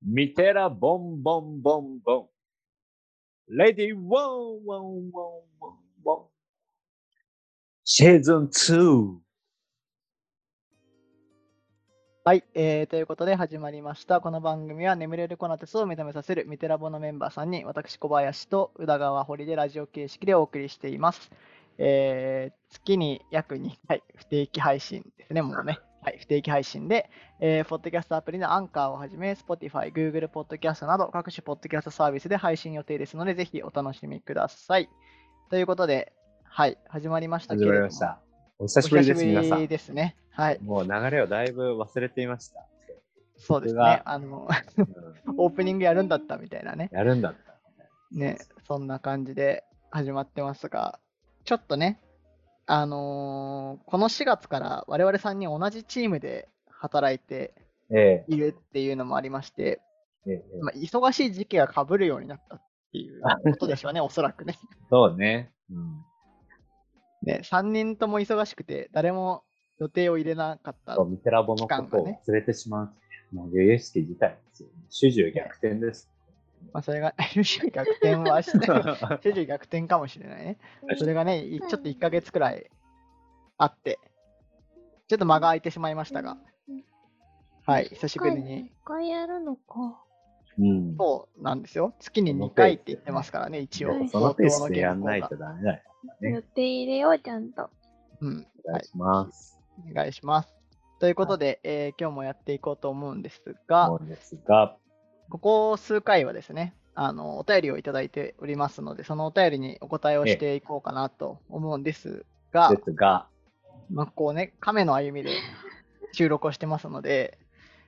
ミテラボンボンボンボン。レディーワンワンワンワンワン。シーズン2。 はい、ということで始まりました。この番組は眠れるコナテスを目覚めさせるミテラボのメンバーさんに私小林と宇田川堀でラジオ形式でお送りしています。月に約2回不定期配信ですね、もうね。はい、不定期配信で、ポッドキャストアプリのアンカーをはじめ、Spotify、Google ポッドキャストなど各種ポッドキャストサービスで配信予定ですので、ぜひお楽しみください。ということで、はい、始まりましたけれども。 始まりました。お久しぶりです、皆さん。 ですね。はい。 もう流れをだいぶ忘れていました。 そうですね。オープニングやるんだったみたいなね。 やるんだった。 ね、そんな感じで始まってますが、ちょっとね、この4月から我々3人同じチームで働いているっていうのもありまして、まあ、忙しい時期が被るようになったっていうことでしょうね、おそらくね。 そうね。 ね、3人とも忙しくて、誰も予定を入れなかったミテラボのことを忘れてしまう。もう由々しき事態ですよね。主従逆転です。 まあ、それが、主従逆転はして、主従逆転かもしれないね。それがね、ちょっと1ヶ月くらいあって、ちょっと間が空いてしまいましたが、はい、久しぶりに。 1回やるのか。 そうなんですよ。月に2回って言ってますからね、一応。 そのペースでやんないとダメだよね。 予定入れよう、ちゃんと。 お願いします。 お願いします。ということで、今日もやっていこうと思うんですが、ここ数回はですね、お便りをいただいておりますので、そのお便りにお答えをしていこうかなと思うんですが、まあ、こうね、亀の歩みで収録をしてますので、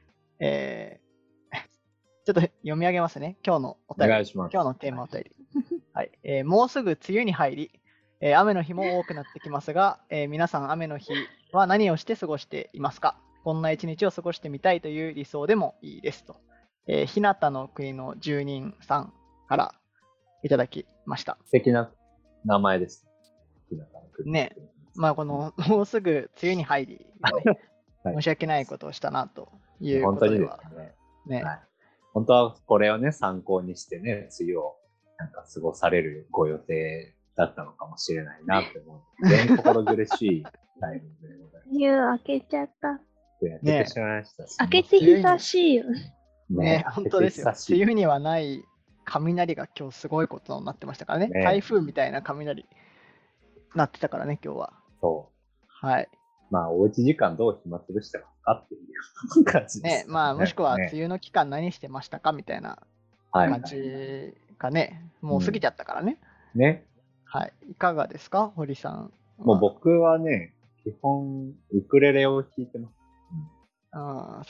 ちょっと読み上げますね。今日のお便り。今日のテーマお便り。はい。もうすぐ梅雨に入り、雨の日も多くなってきますが、皆さん雨の日は何をして過ごしていますか？こんな一日を過ごしてみたいという理想でもいいですと。日向の国の住人さんからいただきました。 素敵な名前です。 ね。まあこのもうすぐ梅雨に入り、ね申し訳ないことをしたなということでは。 本当にですね。本当はこれをね、参考にしてね、梅雨をなんか過ごされるご予定だったのかもしれないなって思う。非常に心苦しいタイミングでございます。 梅雨明けちゃった。 明けてしまいました。 明けて久しいよね。本当ですよ。梅雨にはない雷が今日すごいことになってましたからね。台風みたいな雷なってたからね、今日は。 そう。 はい。 まあ、おうち時間どう暇つぶしてますかっていう感じです。 ね、まあ、もしくは梅雨の期間何してましたかみたいな感じかね。もう過ぎちゃったからね。 ね。 はい。いかがですか、堀さん。 もう僕はね、基本、ウクレレを弾いてます。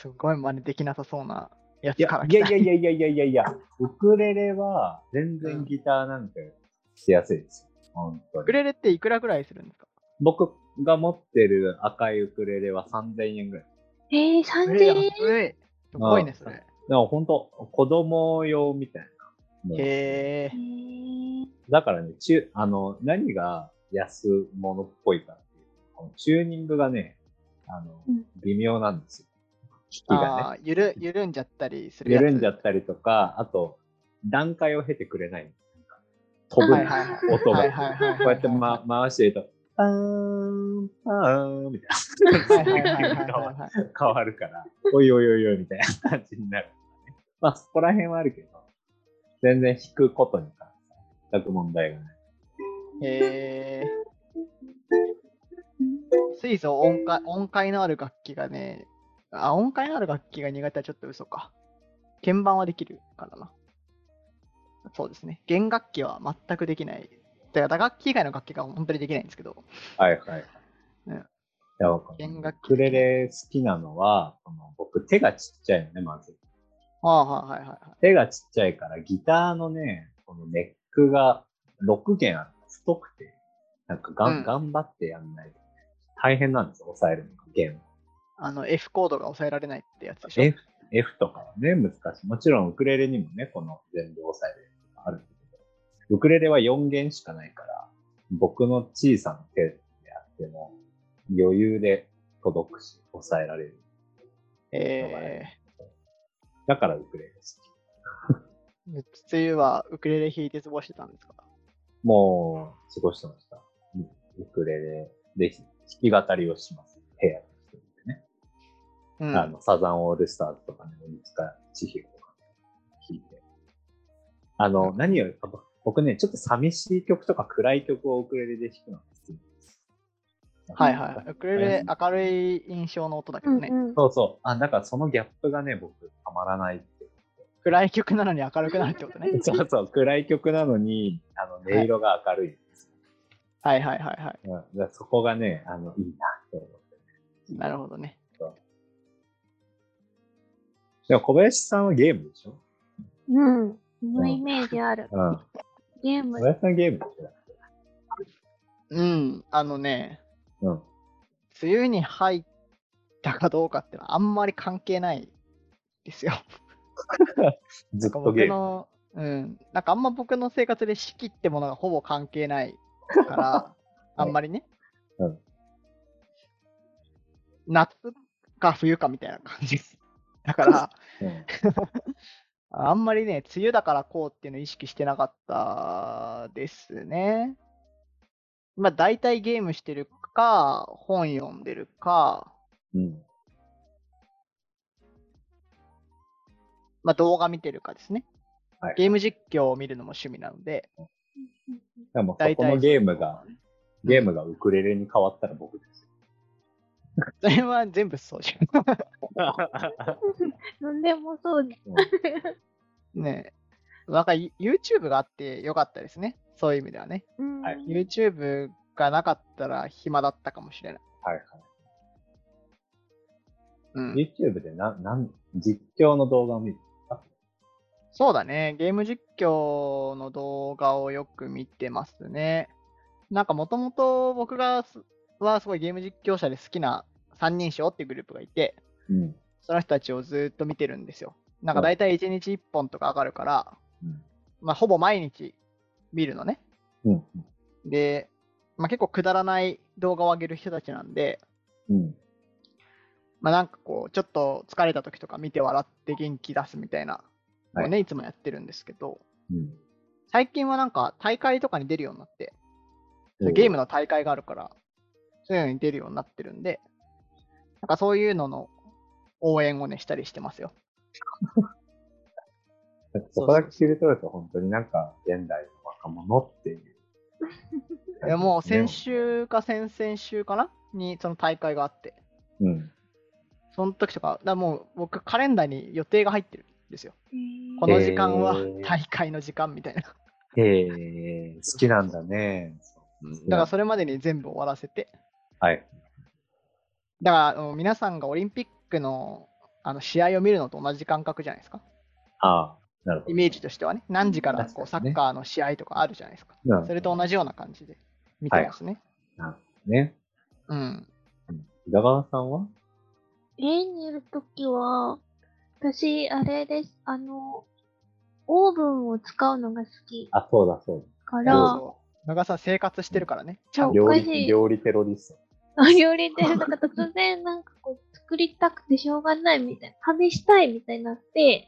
すごい真似できなさそうなやつからいや、ウクレレは全然ギターなんかしやすいですよ。本当に。 ウクレレっていくらぐらいするんですか？ 僕が持ってる赤いウクレレは3000円ぐらい。 3000円？ すごいね、それ。 でも本当、子供用みたいな。 へだからね、何が安物っぽいかっていうと、チューニングがね、微妙なんですよ。機器がね。 緩んじゃったりするやつ。緩んじゃったりとか、あと、段階を経てくれない。飛ぶ音が。こうやって回してると、パーン、パーンみたいな。変わるから、おいおいおいおいみたいな感じになる。まあ、そこら辺はあるけど、全然弾くことに関して全く問題がない。 水素音階のある楽器がね、音階のある楽器が苦手はちょっと嘘か。鍵盤はできるからな。そうですね。弦楽器は全くできない。だから打楽器以外の楽器が本当にできないんですけど。 はいはい。弦楽器。ウクレレ好きなのは、僕手がちっちゃいのね、まず。手がちっちゃいからギターのね、このネックが6弦あるの太くて、なんか頑張ってやんないと、大変なんですよ、抑えるのが、弦を。 F コードが抑えられないってやつでしょ。 F とかはね、難しい。もちろんウクレレにもね、この全部抑えるやつがあるんだけど、ウクレレは4弦しかないから、僕の小さな手であっても余裕で届くし、抑えられる。 だからウクレレ好き。 梅雨はウクレレ弾いて過ごしてたんですか？ もう、過ごしてました。ウクレレで弾き語りをします。部屋の一人でね。サザンオールスターズとかね、鬼塚千尋とか弾いて。何より、僕ね、ちょっと寂しい曲とか暗い曲をウクレレで弾くのが好きです。 はいはい。ウクレレ明るい印象の音だけどね。 そうそう。だからそのギャップがね、僕、たまらないって。 暗い曲なのに明るくなるってことね。 そうそう。暗い曲なのに、音色が明るいんです。 はいはいはいはい。 だそこがね、いいなって思って、 ね。なるほどね。 でも小林さんはゲームでしょ？ そのイメージある。ゲーム。 小林さんゲームでしょ？ 梅雨に入ったかどうかってのはあんまり関係ないですよ。 ずっとゲーム。 なんかあんま僕の生活で四季ってものがほぼ関係ないから、あんまりね。夏か冬かみたいな感じです。だから、あんまりね、梅雨だからこうっていうのを意識してなかったですね。まあ大体ゲームしてるか、本読んでるか、まあ動画見てるかですね。ゲーム実況を見るのも趣味なので。 でもそこのゲームがウクレレに変わったら僕ですよ。 それは全部そうじゃん。 なんでもそうです。 ねえ。なんか YouTube があってよかったですね。そういう意味ではね。YouTube がなかったら暇だったかもしれない。 YouTube で実況の動画を見るんですか？ そうだね。ゲーム実況の動画をよく見てますね。なんかもともと僕はすごいゲーム実況者で好きな三人称っていうグループがいて、その人たちをずっと見てるんですよ。なんか大体1日1本とか上がるから、まあほぼ毎日見るのね。で、まあ結構くだらない動画を上げる人たちなんで、まあなんかこう、ちょっと疲れた時とか見て笑って元気出すみたいなのをね、いつもやってるんですけど、最近はなんか大会とかに出るようになって、ゲームの大会があるから、そういうのに出るようになってるんで、なんかそういうのの応援をね、したりしてますよ。 そこだけ切り取ると本当になんか現代の若者っていう。 いやもう先週か先々週かなにその大会があって、その時とか、もう僕カレンダーに予定が入ってるんですよ。この時間は大会の時間みたいな。 好きなんだね。 だからそれまでに全部終わらせて。だから皆さんがオリンピックの試合を見るのと同じ感覚じゃないですか。 なるほど。 イメージとしてはね、何時からこうサッカーの試合とかあるじゃないですか。それと同じような感じで見てますね。 なるほどね。宇田川さんは？ 家にいるときは、私、あれです。オーブンを使うのが好き。 そうだそうだ。 から、 長さん生活してるからね。 料理テロリスト。 料理テロなんか突然なんかこう作りたくてしょうがないみたいな、試したいみたいになって、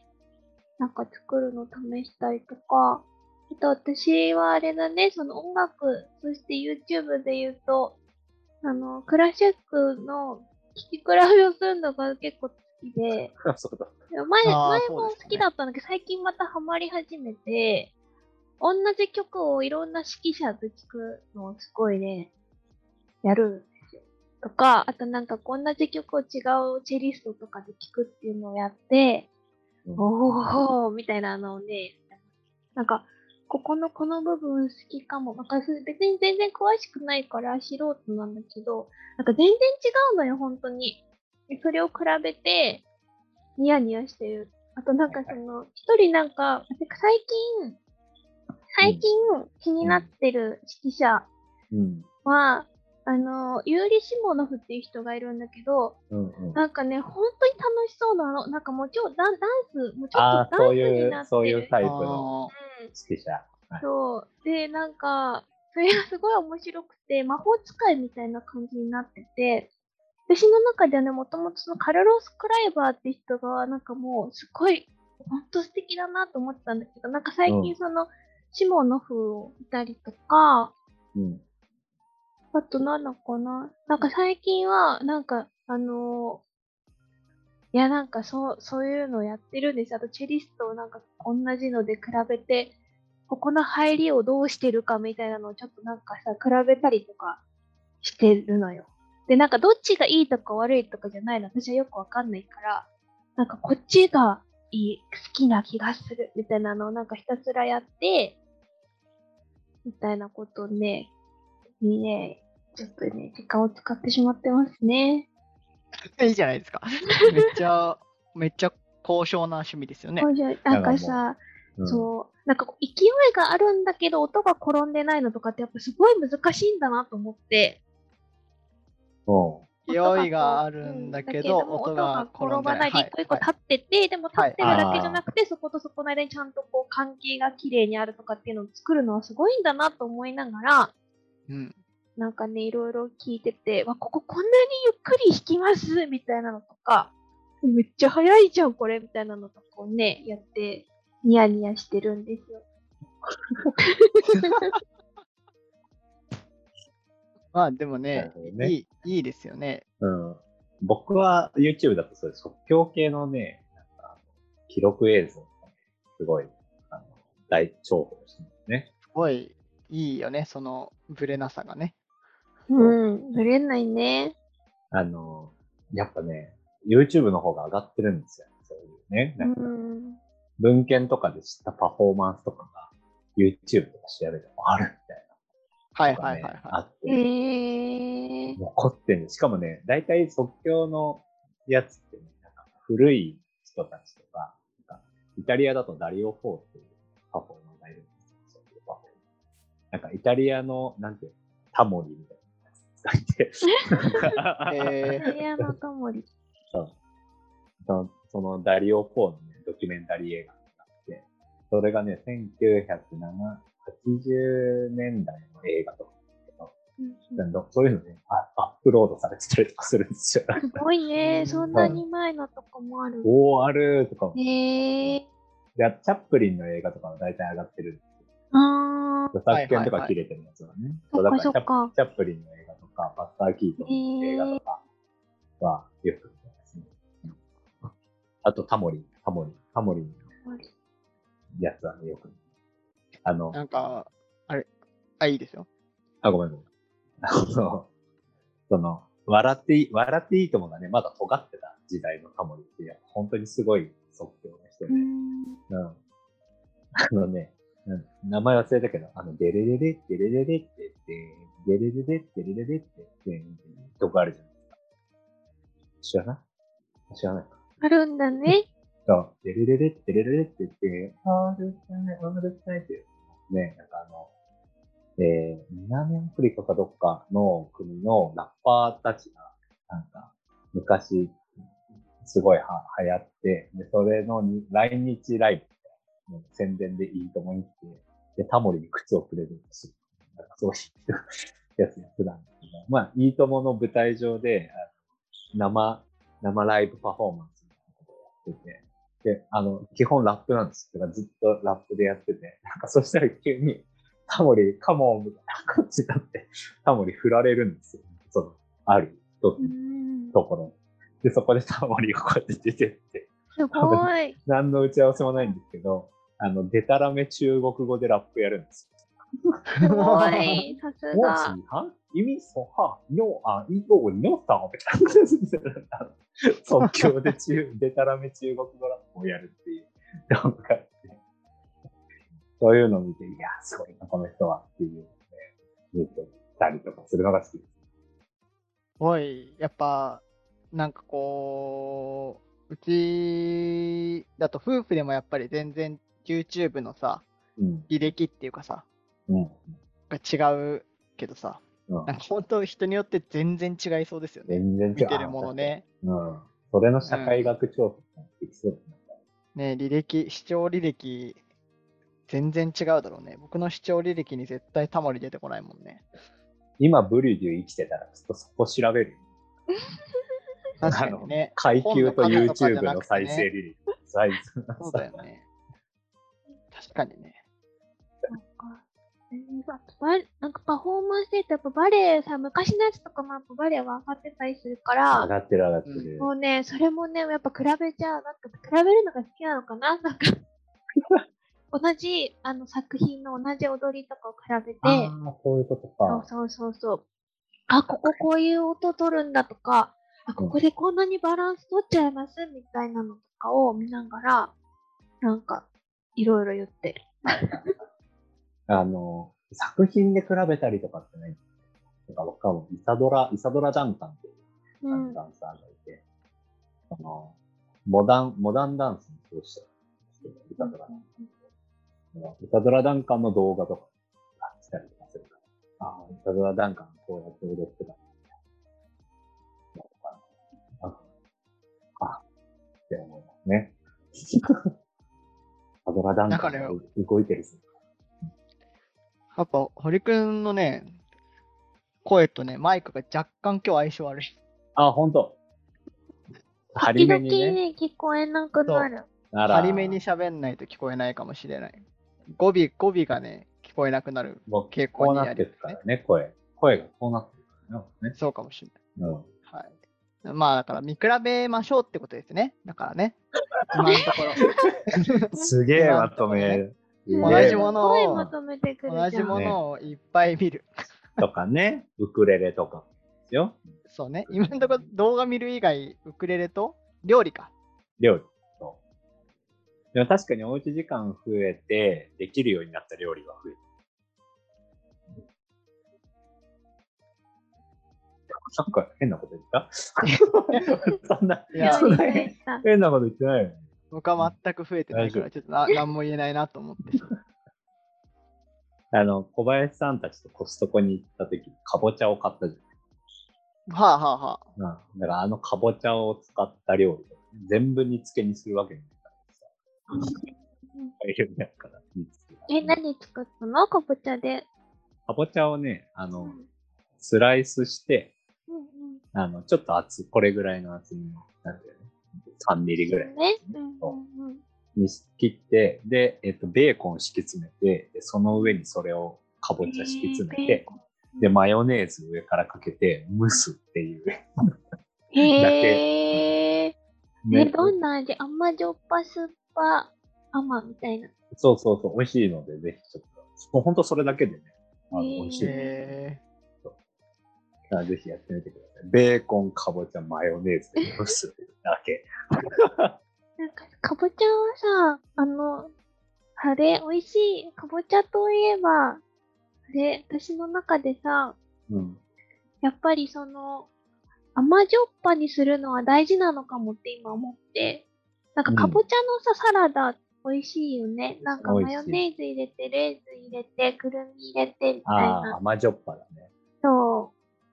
なんか作るの試したりとか、あと私はあれだね、その音楽、そして YouTube で言うと、クラシックの聴き比べをするのが結構好きで、 そうだ。 前も好きだったんだけど、最近またハマり始めて、同じ曲をいろんな指揮者と聴くのをすごいね、やるんですよ。とか、あとなんか同じ曲を違うチェリストとかで聴くっていうのをやって、おーみたいなのをね、なんか、この部分好きかも。なんか別に全然詳しくないから素人なんだけど、なんか全然違うのよ、本当に。それを比べて、ニヤニヤしてる。あとなんか一人なんか、最近気になってる指揮者は、ユーリ・シモノフっていう人がいるんだけど、なんかね、本当に楽しそうなの。なんかもうダンス、もうちょっとダンスになってる。 そういうタイプの指揮者。 そう。で、なんか、それがすごい面白くて、魔法使いみたいな感じになってて、 私の中ではね、もともとそのカルロス・クライバーって人が、なんかもう、すごい、ほんと素敵だなと思ってたんだけど、なんか最うん近その、シモノフを見たりとか、 うんあと何だかな。なんか最近は、なんか、いや、なんかそういうのやってるんです。あと、チェリストをなんか同じので比べて、ここの入りをどうしてるかみたいなのをちょっとなんかさ、比べたりとかしてるのよ。で、なんかどっちがいいとか悪いとかじゃないの。私はよくわかんないから、なんかこっちが好きな気がするみたいなのをなんかひたすらやって、みたいなことにね、ちょっとね、時間を使ってしまってますね。 いいじゃないですか。めっちゃ高尚な趣味ですよね。 なんかさ、そう、なんか勢いがあるんだけど音が転んでないのとかってやっぱすごい難しいんだなと思って。 勢いがあるんだけど、音が転ばないで一個一個立ってて、でも立ってるだけじゃなくて、そことそこの間にちゃんとこう関係が綺麗にあるとかっていうのを作るのはすごいんだなと思いながら、なんかね、いろいろ聞いてて、こここんなにゆっくり弾きますみたいなのとか、めっちゃ早いじゃん、これみたいなのとかをね、やって、ニヤニヤしてるんですよ。 まあでもね、いいですよね。 僕は YouTube だとそういう即興系のね、なんか記録映像がすごい大重宝してますね。 すごいいいよね、そのブレなさがね。 ブレないね。 やっぱね、YouTube の方が上がってるんですよ。そういうね。なんか文献とかで知ったパフォーマンスとかが YouTube とか調べてもあるみたいな。あって。残ってる。しかもね、大体即興のやつってね、なんか古い人たちとか、イタリアだとダリオ4っていうパフォーマーがいるんですよ。なんかイタリアの、なんていうの、タモリみたいなやつ使って。イタリアのタモリ。 そのダリオ4のね、ドキュメンタリー映画があって、それがね、1980年代の映画とかそういうのね、アップロードされてたりとかするんですよ。 すごいね。そんなに前のとかもある。 あるとかも。チャップリンの映画とかは大体上がってるんですよ。著作権とか切れてるやつはね。だからチャップリンの映画とか、バスター・キートンの映画とかはよく見てますね。あとタモリのやつはね、よく見てます。 なんか、いいですよ。 ごめん。笑っていいともがね、まだ尖ってた時代のタモリって、本当にすごい即興の人で。名前忘れたけど、デレレレ、デレレレって、デレレレ、デレレレって、とこあるじゃないですか。知らないか。 あるんだね。 そう、デレレレ、デレレレって言って、あるたいっていう。ね、なんか南アフリカかどっかの国のラッパーたちが、なんか、昔、すごい流行って、で、それの来日ライブの宣伝でいいともに来て、で、タモリに靴をくれるんですよ。なんかそういうやつやってたんですけど、まあ、いいともの舞台上で、生ライブパフォーマンスみたいなことをやってて、で、基本ラップなんですよ。だからずっとラップでやってて、なんかそしたら急に、タモリ、カモンみたいな感じになって、タモリ振られるんですよ。あるところ。で、そこでタモリがこうやって出てって。 すごい。 何の打ち合わせもないんですけど、デタラメ中国語でラップやるんですよ。すごい。さすが。 意味そは、にょさみたいな感じで、即興でデタラメ中国語ラップをやるっていう動画があって。そういうのを見て、いや、すごいな、この人はっていうので、見てたりとかするのが好きです。 やっぱ、なんかこう、うちだと夫婦でもやっぱり全然 YouTube のさ、履歴っていうかさ、が違うけどさ、なんか本当人によって全然違いそうですよね。 全然違う。 見てるものね。 それの社会学調査できそうですね。視聴履歴、全然違うだろうね。僕の視聴履歴に絶対タモリ出てこないもんね。 今、ブリュデュ生きてたら、ちょっとそこ調べる。 確かにね。 階級と本の数とかじゃ YouTube なくてねの再生履歴、サイズそうだよね。確かにね。 なんか、なんかパフォーマンスで言うとやっぱバレエさ、昔のやつとかもやっぱバレエは上がってたりするから、 上がってる上がってる。 もうね、それもね、やっぱ比べちゃう。なんか比べるのが好きなのかななんか同じ作品の同じ踊りとかを比べて、 ああ、こういうことか。 そう。あ、こここういう音取るんだとか、あ、ここでこんなにバランス取っちゃいますみたいなのとかを見ながら、なんか、いろいろ言ってる。 作品で比べたりとかってね、なんか僕はもうイサドラ・ダンカンっていうダンサーがいて、モダンダンスにそうしたんですけど、イサドラ・ダンカン。イサドラ・ダンカンの動画とかが来たりとかするから、ああ、イサドラ・ダンカンこうやって踊ってた。って思いますね。イサドラ・ダンカンが動いてるし。 やっぱ、堀くんのね、声とね、マイクが若干今日相性悪い。 あ、ほんと。張り目に時々 ね。 ね、聞こえなくなる。 張り目に喋んないと聞こえないかもしれない。語尾がね、聞こえなくなるもう傾こうなって向にある、 るからね、声がこうなってるからね。 そうかもしれない。 うん。 はい。まあ、だから見比べましょうってことですね。だからね。今のところ。 すげえまとめ。 同じものをすごいまとめてくるじゃん。 同じものをいっぱい見る。 とかね、ウクレレとかですよ。 そうね。今のところ動画見る以外、ウクレレと料理か。 料理と。でも確かにおうち時間増えて、できるようになった料理は増えて。なんか変なこと言ったそんな、 いやそんな変なこと言ってないよね。 僕は全く増えてないから、ちょっと何も言えないなと思ってさ。 小林さんたちとコストコに行った時、かぼちゃを買ったじはあはあはゃん。うん。だからかぼちゃを使った料理、全部煮付けにするわけにはいかないさ。大変だから、煮付け。 何作ったのかぼちゃで。 かぼちゃをね、スライスして、ちょっとこれぐらいの厚みの、なんていうの ?3 ミリぐらい。 ね。 に切って、で、ベーコン敷き詰めて、で、その上にそれをかぼちゃ敷き詰めて、で、マヨネーズ上からかけて蒸すっていう。 へー。ね、どんな味？甘じょっぱ酸っぱ甘みたいな。 そう、美味しいので、ぜひちょっと。もうほんとそれだけでね、美味しい。 へぜひやってみてください。ベーコン、かぼちゃ、マヨネーズで蒸すだけ。 なんか、かぼちゃはさ、あれ、美味しい。かぼちゃといえば、私の中でさ、やっぱり甘じょっぱにするのは大事なのかもって今思って、なんかかぼちゃのさ、サラダ美味しいよね。なんかマヨネーズ入れて、レーズン入れて、くるみ入れてみたいな。 甘じょっぱだね。 そう。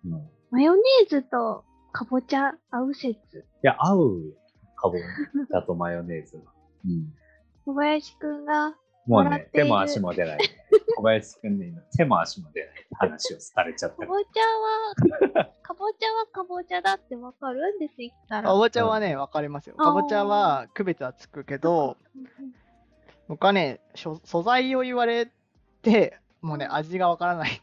マヨネーズとかぼちゃ合う説。 いや、合うよ。かぼちゃとマヨネーズは。 小林くんがもうね、手も足も出ない。小林くんね、今手も足も出ない話をされちゃった。 かぼちゃはかぼちゃだってわかるんです言ったら。 かぼちゃはね、わかりますよ。かぼちゃは区別はつくけど、僕はね、素材を言われて、もうね、味がわからない。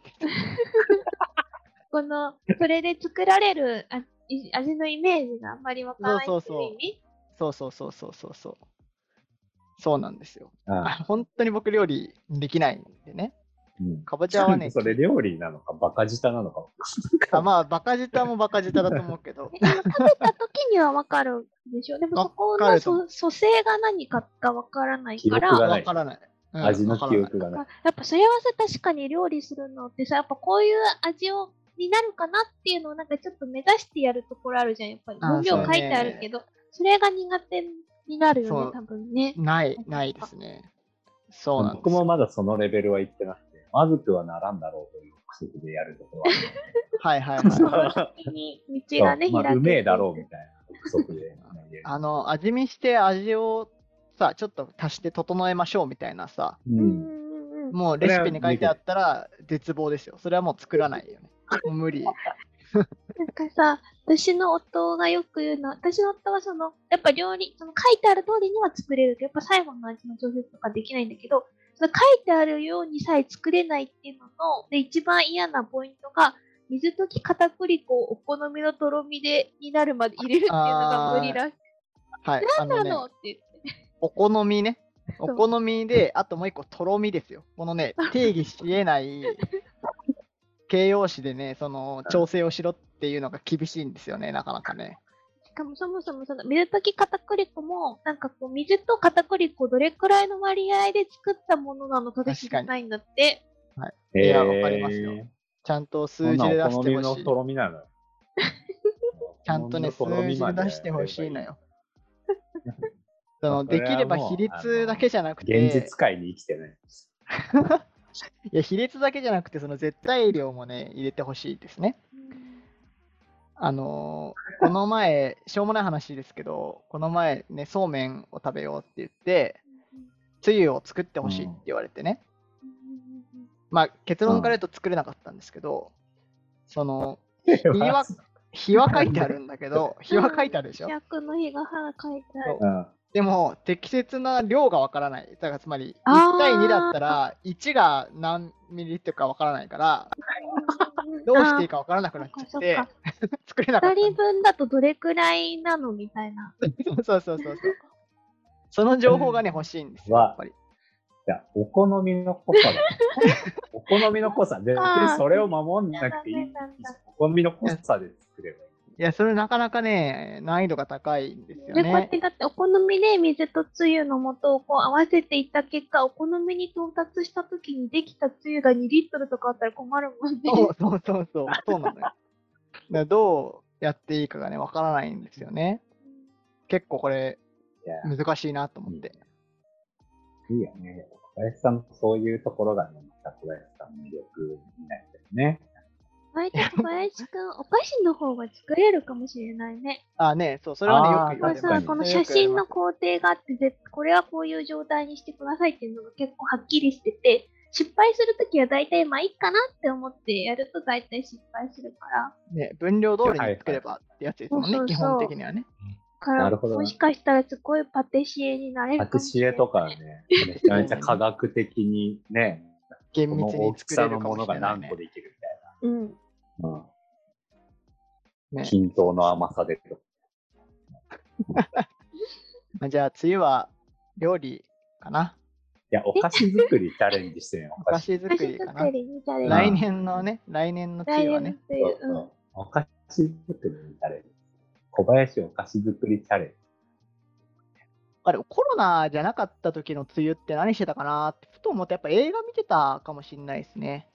それで作られる味のイメージがあんまりわからないっていう意味？ そう。そうなんですよ。本当に僕料理できないんでね。かぼちゃはね。 それ料理なのか、バカ舌なのか。 まあ、バカ舌もバカ舌だと思うけど。 食べた時にはわかるでしょ。でもそこの組成が何かがわからないから。 わからない。 味の記憶がない。 やっぱそれはさ、確かに料理するのってさ、やっぱこういう味になるかなっていうのをなんかちょっと目指してやるところあるじゃん、やっぱり。分量書いてあるけど、それが苦手になるよね、多分ね。 ないですね。そうなんです。 僕もまだそのレベルは行ってなくて、まずくはならんだろうという憶測でやるところは。はい。 道がね、開けて。 うめえだろうみたいな憶測で。 味見して味をさ、ちょっと足して整えましょうみたいなさ。もうレシピに書いてあったら絶望ですよ。それはもう作らないよね。もう無理。 からさ、私の夫がよく言うのは、私の夫はやっぱ料理、書いてある通りには作れるけど、やっぱ最後の味の調節とかできないんだけど、書いてあるようにさえ作れないっていうので、一番嫌なポイントが、水溶き片栗粉をお好みのとろみになるまで入れるっていうのが無理らしい。 はい。 なんなのって言って。 お好みね。お好みで、あともう一個、とろみですよ。このね、定義し得ない形容詞でね、調整をしろっていうのが厳しいんですよね、なかなかね。 しかもそもそも水溶き片栗粉も、水と片栗粉どれくらいの割合で作ったものなのかが知りたいんだって。 はい。いや、わかりますよ。ちゃんと数字で出してほしい。 お好みのとろみなのよ。 ちゃんとね、数字で出してほしいのよ。できれば比率だけじゃなくて、 現実界に生きてない。 いや、比率だけじゃなくて、絶対量もね、入れてほしいですね。この前、しょうもない話ですけど、この前ね、そうめんを食べようって言って、つゆを作ってほしいって言われてね。まあ、結論から言うと作れなかったんですけど、日は書いてあるんだけど、日は書いてあるでしょ。 百の日が書いてある。 でも、適切な量がわからない。だからつまり、1対2だったら、1が何ミリリットルかわからないから、どうしていいかわからなくなっちゃって、作れなかった。 2人分だとどれくらいなのみたいな。 そう。その情報がね、欲しいんですよ、やっぱり。 いや、お好みの濃さだ。お好みの濃さで、それを守んなくていい。お好みの濃さで作ればいい。 いや、それなかなかね、難易度が高いんですよね。 こうやってだってお好みで水とつゆの素を合わせていった結果、お好みに到達した時にできたつゆが2リットルとかあったら困るもんね。 そうなのよ。どうやっていいかがね、わからないんですよね。結構これ、難しいなと思って。 いいよね。小林さんのそういうところがね、また小林さんの魅力になってるね。 小林くん、お菓子の方が作れるかもしれないね。 それはね、よく言われます。 この写真の工程があって、これはこういう状態にしてくださいっていうのが結構はっきりしてて、失敗するときは大体まあいいかなって思ってやると大体失敗するから。 ね、分量通りに作ればってやつですもんね、基本的にはね。 からもしかしたらすごいパティシエになれるかもしれない。 パティシエとかね、めちゃめちゃ科学的にね、 厳密に作れるかもしれない、ね。この大きさのものが何個できるみたいな。均等の甘さでと。 じゃあ、次は料理かな。 いや、お菓子作りチャレンジしてるよ。 お菓子作りかな。来年の次はね。 お菓子作りにチャレンジ。小林お菓子作りチャレンジ。 あれ、コロナじゃなかった時の梅雨って何してたかなって、ふと思って、やっぱ映画見てたかもしれないですね。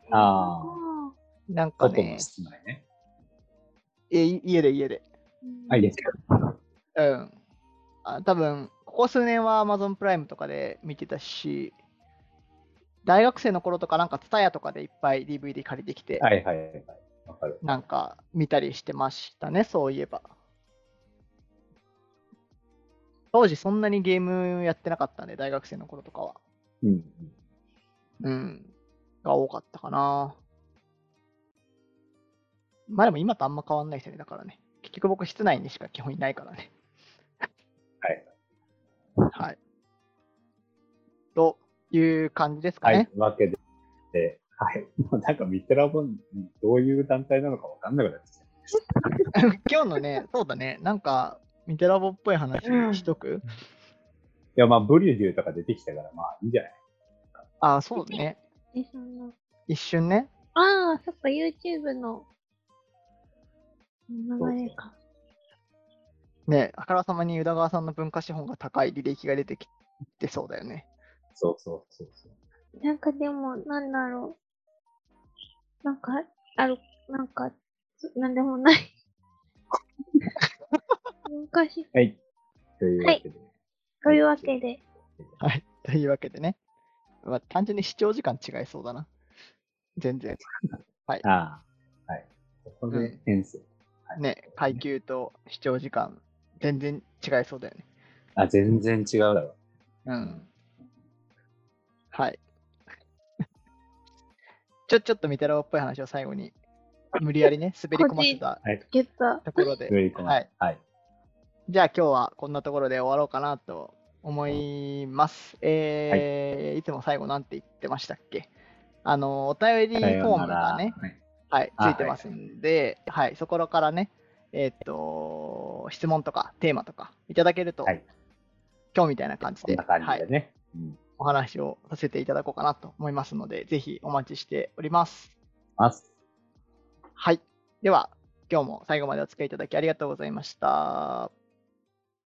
なんかね。 室内ね。 家で。 いいですか。 多分、ここ数年は Amazon プライムとかで見てたし、大学生の頃とかなんか TSUTAYA とかでいっぱい DVD 借りてきて、 わかる。 なんか見たりしてましたね、そういえば。当時そんなにゲームやってなかったんで、大学生の頃とかは。が多かったかな。まあでも今とあんま変わんないですよね、だからね。結局僕室内にしか基本いないからね。はい。という感じですかね。 わけで、もうなんかミテラボンどういう団体なのかわかんなくなってきた。 今日のね、そうだね、なんかミテラボっぽい話しとく？ いや、まあブリュデューとか出てきたからまあいいんじゃない？ そうね。一瞬ね。 そっか、YouTube の流れか。 ね、あからさまに宇田川さんの文化資本が高い履歴が出てきてそうだよね。 そうなんかでも、なんだろう。なんでもない。昔。 はい。というわけで。 というわけで。 はい。というわけでね。まあ、単純に視聴時間違いそうだな。全然。はい。 はい。ここで変数。 ね、階級と視聴時間、全然違いそうだよね。 全然違うだろう。 はい。ちょっとミテラボっぽい話を最後に無理やりね、滑り込ませたゲット。 ところで、はい。 はい。 じゃあ今日はこんなところで終わろうかなと思います。いつも最後なんて言ってましたっけ？お便りフォームがね、はい、ついてますんで、はい、そこからね、質問とかテーマとかいただけると、今日みたいな感じで、お話をさせていただこうかなと思いますので、ぜひお待ちしております。はい。では、今日も最後までお付き合いいただきありがとうございました。